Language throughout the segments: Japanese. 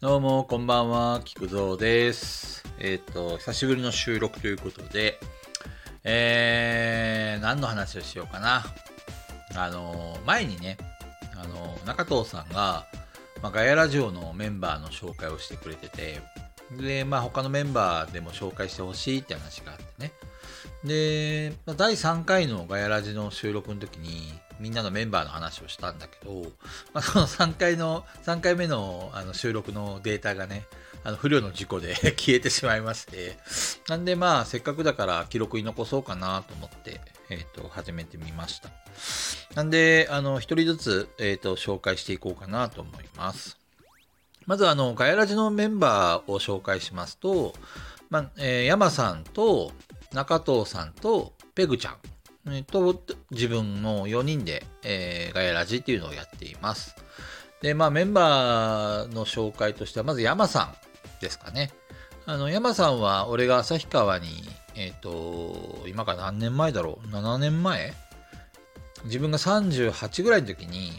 どうも、こんばんは、菊蔵です。久しぶりの収録ということで、何の話をしようかな。前にね、中藤さんが、ガヤラジオのメンバーの紹介をしてくれてて、で、他のメンバーでも紹介してほしいって話があってね。で、第3回のガヤラジの収録の時に、みんなのメンバーの話をしたんだけど、その3回目の収録のデータがね、不慮の事故で消えてしまいまして、なんでせっかくだから記録に残そうかなと思って、始めてみました。なんで、一人ずつ、紹介していこうかなと思います。まずガヤラジのメンバーを紹介しますと、山さんと中藤さんとペグちゃん、と自分の4人で、ガヤラジっていうのをやっています。で、メンバーの紹介としては、まず山さんですかね。山さんは俺が旭川に、今から何年前だろう ?7 年前自分が38ぐらいの時に、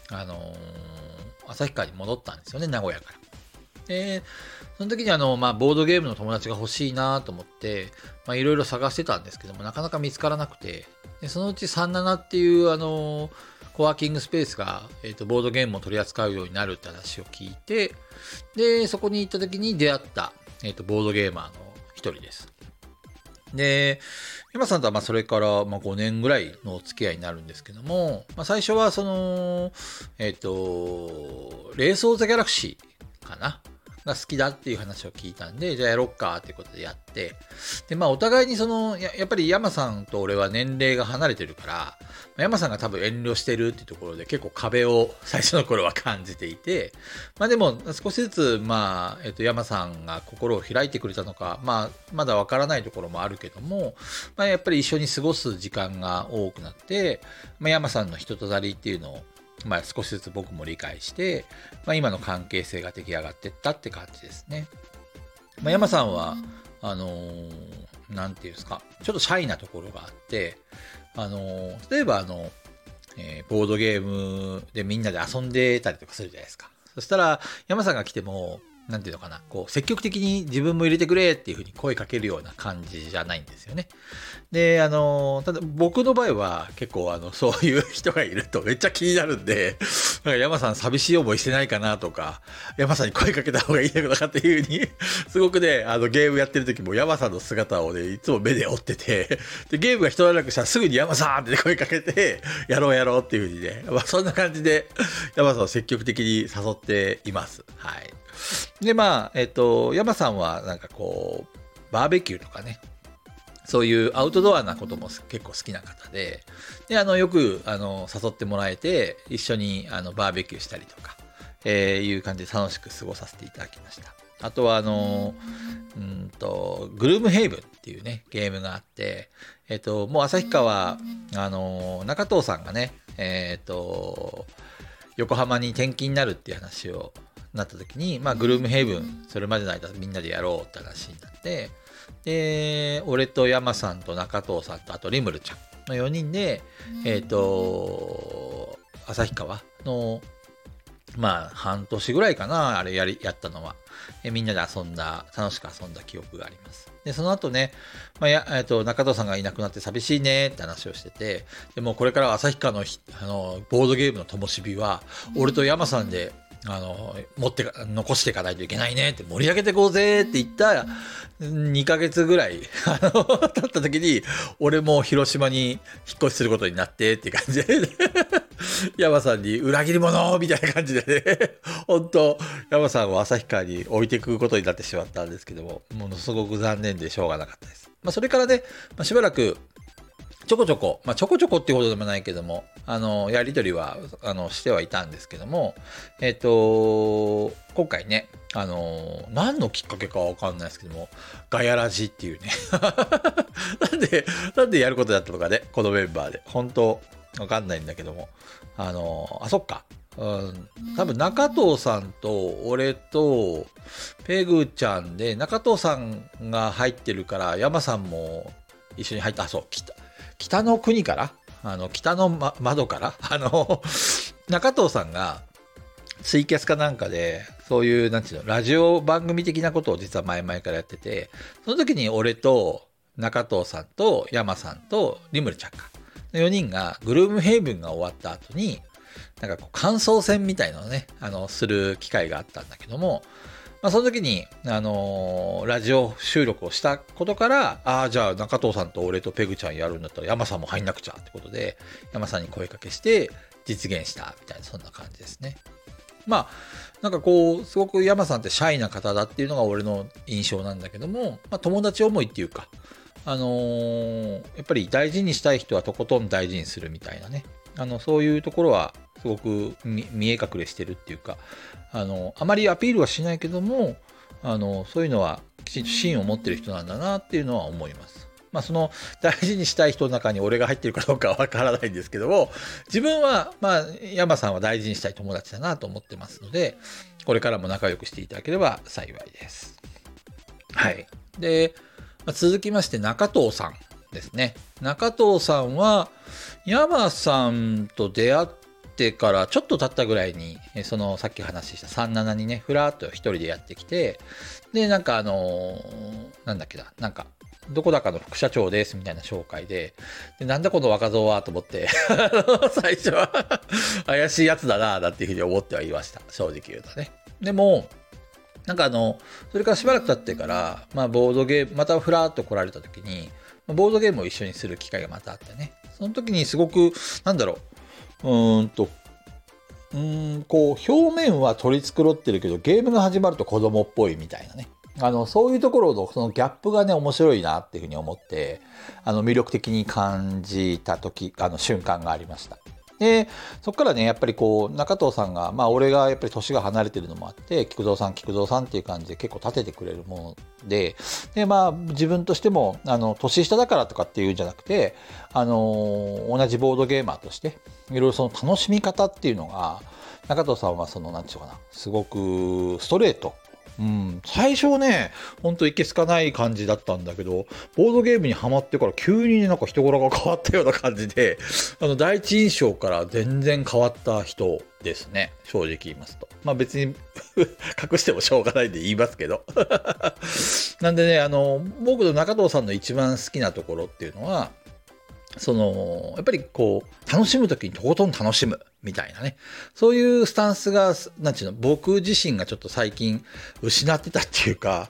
旭川に戻ったんですよね、名古屋から。で、その時にボードゲームの友達が欲しいなと思って、いろいろ探してたんですけども、なかなか見つからなくて、でそのうち37っていうコワーキングスペースが、ボードゲームを取り扱うようになるって話を聞いて、で、そこに行った時に出会った、ボードゲーマーの一人です。で、山さんとはそれから5年ぐらいのお付き合いになるんですけども、最初はその、レースオーザギャラクシーかなが好きだっていう話を聞いたんで、じゃあやろっかっていうことでやって、で、お互いにやっぱり山さんと俺は年齢が離れてるから、山さんが多分遠慮してるっていうところで結構壁を最初の頃は感じていて、でも少しずつ、山さんが心を開いてくれたのか、まだわからないところもあるけども、やっぱり一緒に過ごす時間が多くなって、山さんの人となりっていうのを少しずつ僕も理解して、今の関係性が出来上がっていったって感じですね。山さんは、なんていうんですか、ちょっとシャイなところがあって、例えばボードゲームでみんなで遊んでたりとかするじゃないですか。そしたら、山さんが来ても、なんていうのかな、積極的に自分も入れてくれっていう風に声かけるような感じじゃないんですよね。で、ただ僕の場合は結構そういう人がいるとめっちゃ気になるんで、山さん寂しい思いしてないかなとか、山さんに声かけた方がいいのかなっていう風に、すごくね、ゲームやってる時も山さんの姿をね、いつも目で追ってて、で、ゲームが一段落したらすぐに山さんって声かけて、やろうっていう風にね、そんな感じで山さんを積極的に誘っています。はい。で、山さんはバーベキューとかね、そういうアウトドアなことも結構好きな方で、よく、誘ってもらえて、一緒に、バーベキューしたりとか、いう感じで楽しく過ごさせていただきました。あとは、グルームヘイブンっていうね、ゲームがあって、もう旭川、中藤さんがね、横浜に転勤になるっていう話をなった時に、グルームヘイブン、それまでの間みんなでやろうって話になって、で、俺と山さんと中藤さんと、あとリムルちゃんの4人で、旭川の、半年ぐらいかな、あれやったのは。みんなで楽しく遊んだ記憶があります。で、その後ね、中藤さんがいなくなって寂しいねって話をしてて、でもこれからは旭川の、ボードゲームの灯火は、俺と山さんで、残していかないといけないねって盛り上げていこうぜって言った2ヶ月ぐらい、経った時に、俺も広島に引っ越しすることになってっていう感じで、山さんに裏切り者みたいな感じでね、本当山さんを旭川に置いていくことになってしまったんですけども、ものすごく残念でしょうがなかったです。それからね、しばらく、ちょこちょこっていうほどでもないけども、やりとりは、してはいたんですけども、今回ね、何のきっかけかわかんないですけども、ガヤラジっていうね、なんでやることだったのかね、このメンバーで。本当わかんないんだけども、そっか。多分中藤さんと俺とペグちゃんで、中藤さんが入ってるから山さんも一緒に入った。そう、北の国から北の、窓から中藤さんがツイキャスかなんかで、そういう、なんていうの、ラジオ番組的なことを実は前々からやってて、その時に俺と中藤さんと山さんとリムルちゃんか、4人がグルームヘイブンが終わった後に、なんかこう感想戦みたいなのをね、する機会があったんだけども、その時に、ラジオ収録をしたことから、じゃあ中藤さんと俺とペグちゃんやるんだったら山さんも入んなくちゃってことで、山さんに声かけして実現したみたいな、そんな感じですね。なんかこう、すごく山さんってシャイな方だっていうのが俺の印象なんだけども、友達思いっていうか、やっぱり大事にしたい人はとことん大事にするみたいなね。そういうところはすごく見え隠れしてるっていうか、あまりアピールはしないけども、そういうのはきちんと芯を持ってる人なんだなっていうのは思います。その大事にしたい人の中に俺が入ってるかどうかはわからないんですけども、自分は、山さんは大事にしたい友達だなと思ってますので、これからも仲良くしていただければ幸いです。はい。で、続きまして中藤さんですね。中藤さんは、山さんと出会ってからちょっと経ったぐらいに、そのさっき話した37にね、ふらっと一人でやってきて、で、なんかなんだっけな、なんか、どこだかの副社長ですみたいな紹介で、なんだこの若造はと思って、最初は怪しいやつだな、なんていうふうに思ってはいました。正直言うとね。でも、なんかそれからしばらく経ってから、ボードゲーム、またふらっと来られた時に、ボードゲームを一緒にする機会がまたあってね。その時にすごく、なんだろう、こう、表面は取り繕ってるけど、ゲームが始まると子供っぽいみたいなね。そういうところのそのギャップがね、面白いなっていうふうに思って、魅力的に感じた時、瞬間がありました。で、そこからね、やっぱりこう、中藤さんが、俺がやっぱり年が離れてるのもあって、菊蔵さんっていう感じで結構立ててくれるもので、で、自分としても、年下だからとかっていうんじゃなくて、同じボードゲーマーとして、いろいろその楽しみ方っていうのが、中藤さんはその、なんていうかな、すごくストレート。最初ね、ほんといけすかない感じだったんだけど、ボードゲームにハマってから急になんか人柄が変わったような感じで、第一印象から全然変わった人ですね。正直言いますと。別に隠してもしょうがないんで言いますけど。なんでね、僕の中藤さんの一番好きなところっていうのは、やっぱりこう、楽しむときにとことん楽しむみたいなね。そういうスタンスが、なんていうの、僕自身がちょっと最近失ってたっていうか、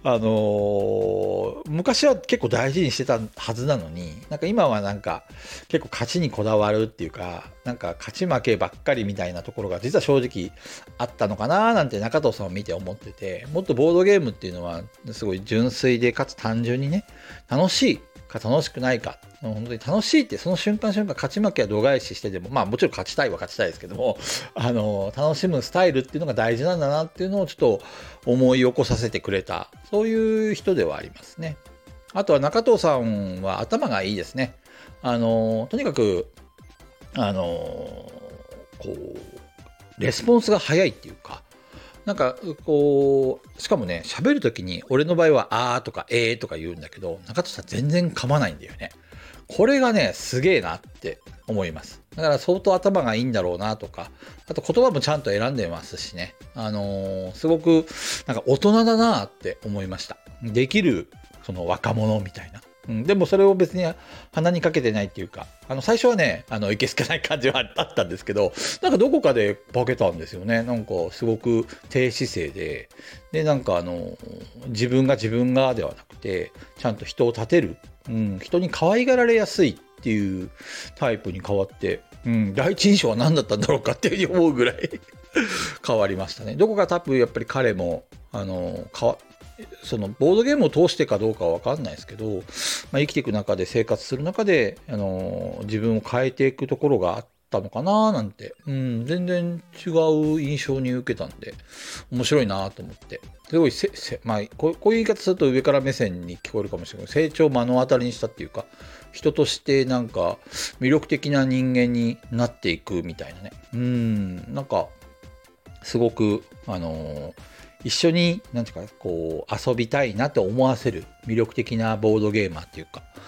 昔は結構大事にしてたはずなのに、なんか今はなんか結構勝ちにこだわるっていうか、なんか勝ち負けばっかりみたいなところが実は正直あったのかななんて中藤さんを見て思ってて、もっとボードゲームっていうのはすごい純粋でかつ単純にね、楽しいか楽しくないか、本当に楽しいってその瞬間瞬間勝ち負けは度外視してでも、もちろん勝ちたいは勝ちたいですけども、楽しむスタイルっていうのが大事なんだなっていうのをちょっと思い起こさせてくれた、そういう人ではありますね。あとは中藤さんは頭がいいですね。とにかく、こう、レスポンスが早いっていうか、なんかこう、しかもね、喋るときに俺の場合はあーとかとか言うんだけど、中藤さん全然噛まないんだよね。これがね、すげえなって思います。だから相当頭がいいんだろうなとか、あと言葉もちゃんと選んでますしね。すごくなんか大人だなって思いました。できるその若者みたいな。でもそれを別に鼻にかけてないっていうか、最初はね、いけすけない感じはあったんですけど、なんかどこかで化けたんですよね。なんかすごく低姿勢で、で、なんか自分がではなくて、ちゃんと人を立てる、人に可愛がられやすいっていうタイプに変わって、第一印象は何だったんだろうかっていうふうに思うぐらい変わりましたね。どこか多分やっぱり彼も、そのボードゲームを通してかどうかは分かんないですけど、生きていく中で生活する中で、自分を変えていくところがあったのかななんて、全然違う印象に受けたんで面白いなと思って、すごいこういう言い方すると上から目線に聞こえるかもしれないけど、成長を目の当たりにしたっていうか、人としてなんか魅力的な人間になっていくみたいなね。なんかすごく一緒にこう遊びたいなと思わせる魅力的なボードゲーマーっていうか、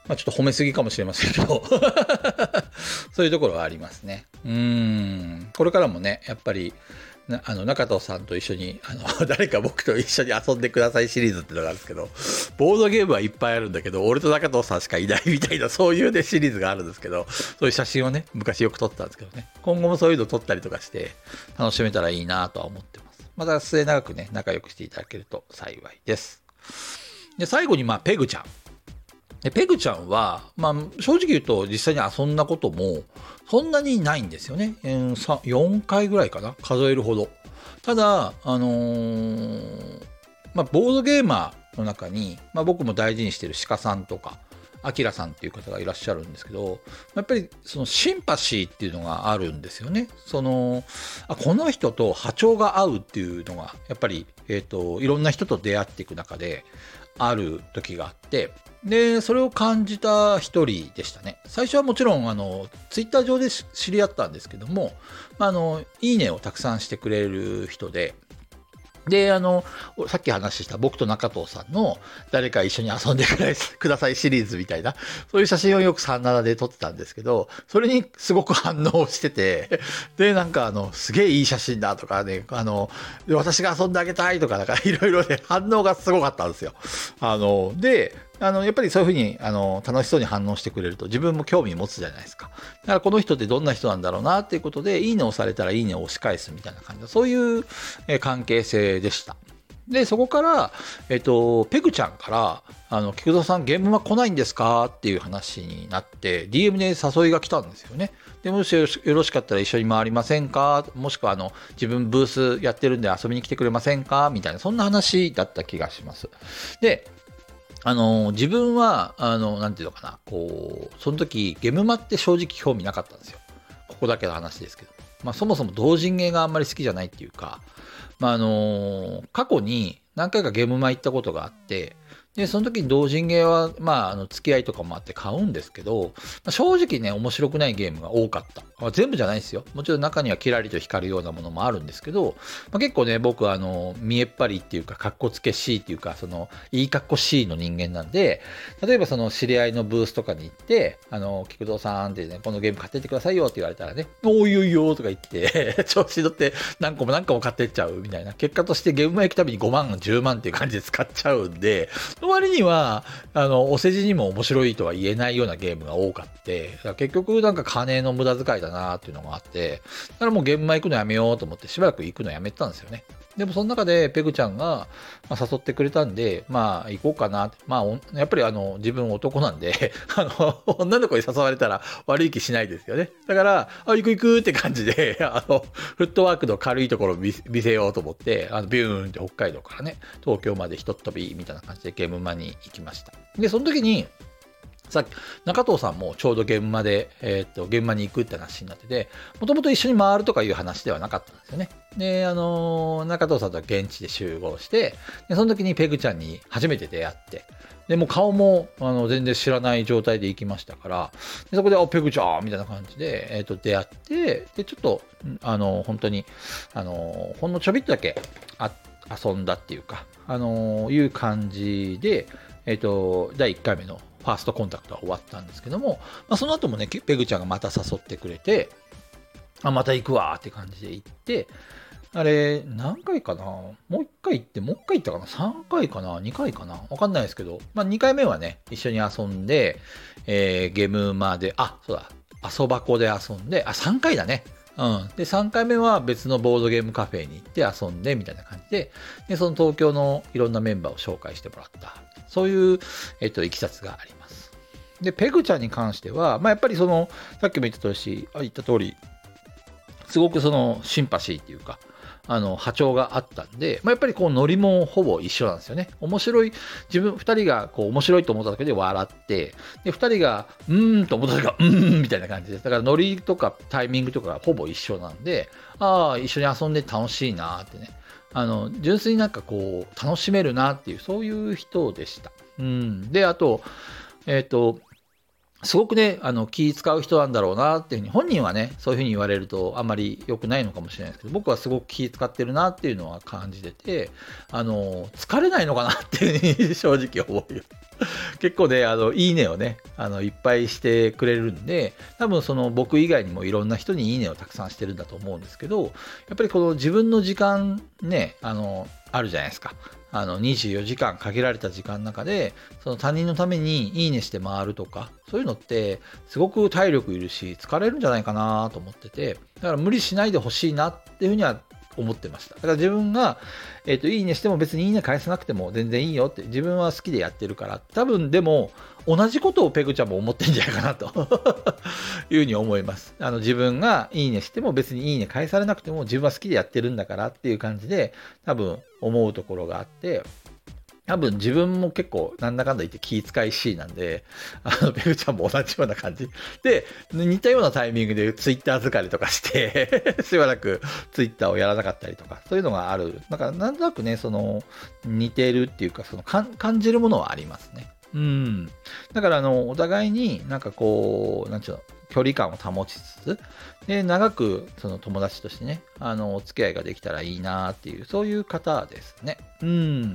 ちょっと褒めすぎかもしれませんけどそういうところはありますね。これからもね、やっぱり中藤さんと一緒に誰か僕と一緒に遊んでくださいシリーズっていうのがあるんですけど、ボードゲームはいっぱいあるんだけど俺と中藤さんしかいないみたいな、そういうねシリーズがあるんですけど、そういう写真をね昔よく撮ったんですけどね、今後もそういうの撮ったりとかして楽しめたらいいなとは思ってます。また末永くね仲良くしていただけると幸いです。で最後にペグちゃん。ペグちゃんは、正直言うと実際に遊んだこともそんなにないんですよね。4回ぐらいかな、数えるほど。ただ、ボードゲーマーの中に、僕も大事にしてる鹿さんとか、アキラさんっていう方がいらっしゃるんですけど、やっぱりそのシンパシーっていうのがあるんですよね。この人と波長が合うっていうのが、やっぱり、いろんな人と出会っていく中である時があって、で、それを感じた一人でしたね。最初はもちろん、ツイッター上で知り合ったんですけども、いいねをたくさんしてくれる人で、で、さっき話した僕と中藤さんの誰か一緒に遊んでくださいシリーズみたいな、そういう写真をよく37で撮ってたんですけど、それにすごく反応してて、で、すげえいい写真だとかね、私が遊んであげたいとか、いろいろね、反応がすごかったんですよ。で、やっぱりそういうふうに楽しそうに反応してくれると自分も興味持つじゃないですか。だからこの人ってどんな人なんだろうなっていうことで、いいねをされたらいいねを押し返すみたいな感じで、そういう関係性でした。で、そこから、ペグちゃんから、菊蔵さんゲームは来ないんですかっていう話になって、DM で誘いが来たんですよね。で、もしよろしかったら一緒に回りませんか、もしくは自分ブースやってるんで遊びに来てくれませんかみたいな、そんな話だった気がします。で、自分は、なんていうのかな、その時、ゲムマって正直興味なかったんですよ。ここだけの話ですけど。そもそも同人芸があんまり好きじゃないっていうか、過去に何回かゲームマ行ったことがあって、で、その時に同人芸は、付き合いとかもあって買うんですけど、正直ね、面白くないゲームが多かった。全部じゃないですよ。もちろん中にはキラリと光るようなものもあるんですけど、結構ね、僕は見えっ張りっていうか、かっこつけしいっていうか、いいかっこしいの人間なんで、例えば知り合いのブースとかに行って、菊蔵さんってね、このゲーム買ってってくださいよって言われたらね、おいよいよとか言って、調子乗って何個も買ってっちゃうみたいな。結果としてゲーム行くたびに5万、10万っていう感じで使っちゃうんで、の割にはお世辞にも面白いとは言えないようなゲームが多かって、結局金の無駄遣いだなっていうのがあって、だからもうゲームマ行くのやめようと思ってしばらく行くのやめてたんですよね。でもその中でペグちゃんが誘ってくれたんで、行こうかなって。やっぱり自分男なんで女の子に誘われたら悪い気しないですよね。だから行くって感じでフットワークの軽いところを見せようと思って、ビューンって北海道からね東京までひとっ飛びみたいな感じでゲームマに行きました。でその時にさっき中藤さんもちょうど現場で、現場に行くって話になってて、もともと一緒に回るとかいう話ではなかったんですよね。で、中藤さんとは現地で集合して、でその時にペグちゃんに初めて出会って、でもう顔も全然知らない状態で行きましたから、でそこでペグちゃんみたいな感じで、出会って、でちょっと本当にほんのちょびっとだけ遊んだっていうか、いう感じで、第1回目のファーストコンタクトは終わったんですけども、その後もね、ペグちゃんがまた誘ってくれて、また行くわーって感じで行って、あれ、何回かな、もう1回行って、もう1回行ったかな、3回かな、2回かな、わかんないですけど、2回目はね、一緒に遊んで、ゲームまで、そうだ、遊ばこで遊んで、3回だね。で、3回目は別のボードゲームカフェに行って遊んでみたいな感じで、その東京のいろんなメンバーを紹介してもらった。そういう、いきさつがあります。で、ペグちゃんに関しては、やっぱりさっきも言った通り、すごくシンパシーっていうか、波長があったんで、やっぱりノリもほぼ一緒なんですよね。面白い、2人が面白いと思っただけで笑って、で、2人が、と思っただけが、みたいな感じです。だからノリとかタイミングとかほぼ一緒なんで、一緒に遊んで楽しいなってね。純粋に楽しめるなっていう、そういう人でした。で、あと、 すごくね、気使う人なんだろうなっていうふうに、本人はね、そういうふうに言われるとあんまり良くないのかもしれないですけど、僕はすごく気使ってるなっていうのは感じてて、疲れないのかなっていうふうに正直思うよ。結構ね、いいねをね、いっぱいしてくれるんで、多分その僕以外にもいろんな人にいいねをたくさんしてるんだと思うんですけど、やっぱりこの自分の時間ね、あるじゃないですか。24時間限られた時間の中で、その他人のためにいいねして回るとか、そういうのってすごく体力いるし、疲れるんじゃないかなと思ってて、だから無理しないでほしいなっていうふうには思ってました。だから自分が、いいねしても別にいいね返さなくても全然いいよって、自分は好きでやってるから、多分でも同じことをペグちゃんも思ってんじゃないかなというふうに思います。自分がいいねしても別にいいね返されなくても自分は好きでやってるんだからっていう感じで多分思うところがあって、多分自分も結構なんだかんだ言って気遣いしいなんで、ペグちゃんも同じような感じで、似たようなタイミングでツイッター疲れとかしてしばらくツイッターをやらなかったりとか、そういうのがある。だからなんとなくね、似てるっていうか、感じるものはありますね。うん。だからお互いになんかこう、なんちゅうの、距離感を保ちつつ、で、長くその友達としてね、お付き合いができたらいいなっていう、そういう方ですね。うん。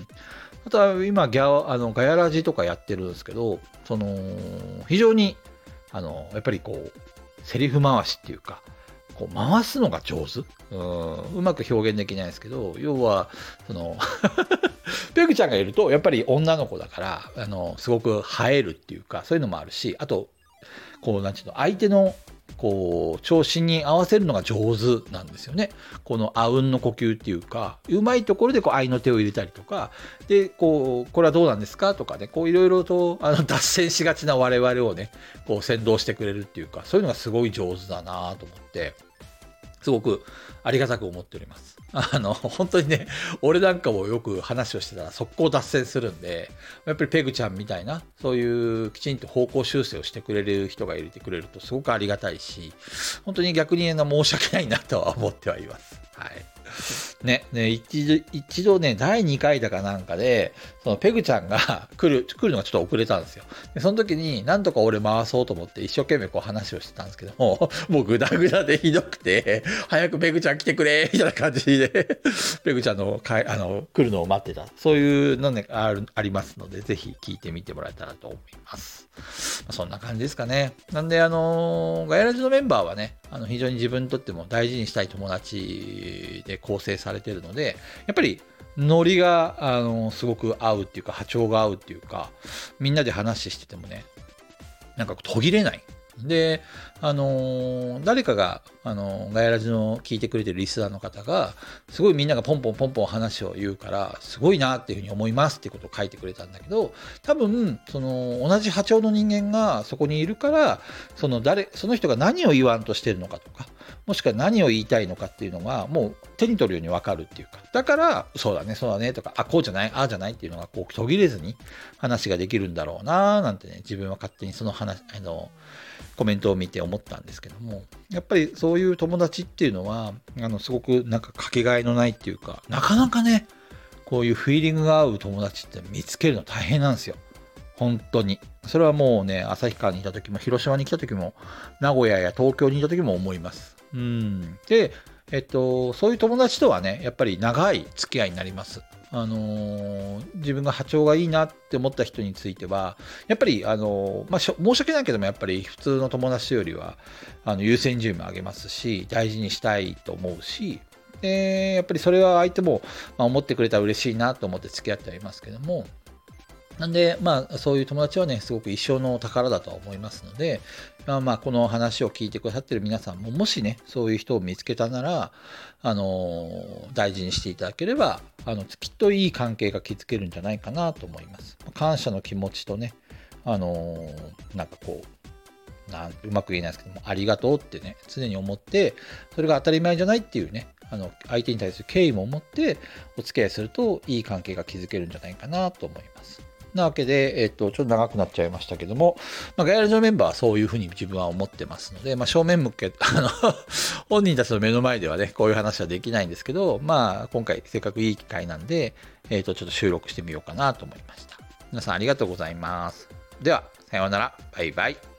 あとは今ガヤラジとかやってるんですけど、非常に、やっぱりこう、セリフ回しっていうか、こう回すのが上手。うまく表現できないですけど、要は、ペグちゃんがいると、やっぱり女の子だから、すごく映えるっていうか、そういうのもあるし、あと、こう、なんていうの、相手の、こう、調子に合わせるのが上手なんですよね。このあうんの呼吸っていうか、うまいところでこう、愛の手を入れたりとか、で、こう、これはどうなんですかとかね、こう、いろいろと、脱線しがちな我々をね、こう、先導してくれるっていうか、そういうのがすごい上手だなと思って、すごくありがたく思っております。本当にね、俺なんかもよく話をしてたら速攻脱線するんで、やっぱりペグちゃんみたいな、そういうきちんと方向修正をしてくれる人がいてくれるとすごくありがたいし、本当に逆に申し訳ないなとは思ってはいます。はい。ね、一度ね、第2回だかなんかで、そのペグちゃんが来るのがちょっと遅れたんですよ。でその時に、なんとか俺回そうと思って一生懸命こう話をしてたんですけども、もうグダグダでひどくて、早くペグちゃん来てくれみたいな感じで、ペグちゃんの来るのを待ってた。そういうのね、ありますので、ぜひ聞いてみてもらえたらと思います。そんな感じですかね。なんで、ガヤラジのメンバーはね、非常に自分にとっても大事にしたい友達で構成されているので、やっぱりノリが、すごく合うっていうか、波長が合うっていうか、みんなで話しててもね、なんか途切れない。で、誰かが、ガヤラジの聞いてくれてるリスナーの方が、すごいみんながポンポンポンポン話を言うから、すごいなっていうふうに思いますっていうことを書いてくれたんだけど、多分、同じ波長の人間がそこにいるから、その人が何を言わんとしてるのかとか、もしくは何を言いたいのかっていうのが、もう手に取るようにわかるっていうか、だから、そうだね、そうだねとか、あ、こうじゃない、ああじゃないっていうのが、こう、途切れずに話ができるんだろうななんてね、自分は勝手にその話、コメントを見て思ったんですけども、やっぱりそういう友達っていうのは、すごくなんかかけがえのないっていうか、なかなかね、こういうフィーリングが合う友達って見つけるの大変なんですよ。本当に。それはもうね、旭川にいた時も、広島に来た時も、名古屋や東京にいた時も思います。で、そういう友達とはね、やっぱり長い付き合いになります。自分が波長がいいなって思った人については、やっぱり、申し訳ないけども、やっぱり普通の友達よりは、優先順位も上げますし、大事にしたいと思うし、やっぱりそれは相手も、思ってくれたら嬉しいなと思って付き合ってはいますけども、なんで、そういう友達はね、すごく一生の宝だとは思いますので、この話を聞いてくださってる皆さんも、もしね、そういう人を見つけたなら、大事にしていただければ、きっといい関係が築けるんじゃないかなと思います。感謝の気持ちとね、なんかこう、うまく言えないですけども、ありがとうってね、常に思って、それが当たり前じゃないっていうね、相手に対する敬意も持って、お付き合いすると、いい関係が築けるんじゃないかなと思います。なわけで、ちょっと長くなっちゃいましたけども、ガヤラジのメンバーはそういうふうに自分は思ってますので、正面向け、本人たちの目の前ではね、こういう話はできないんですけど、今回せっかくいい機会なんで、ちょっと収録してみようかなと思いました。皆さんありがとうございます。では、さようなら。バイバイ。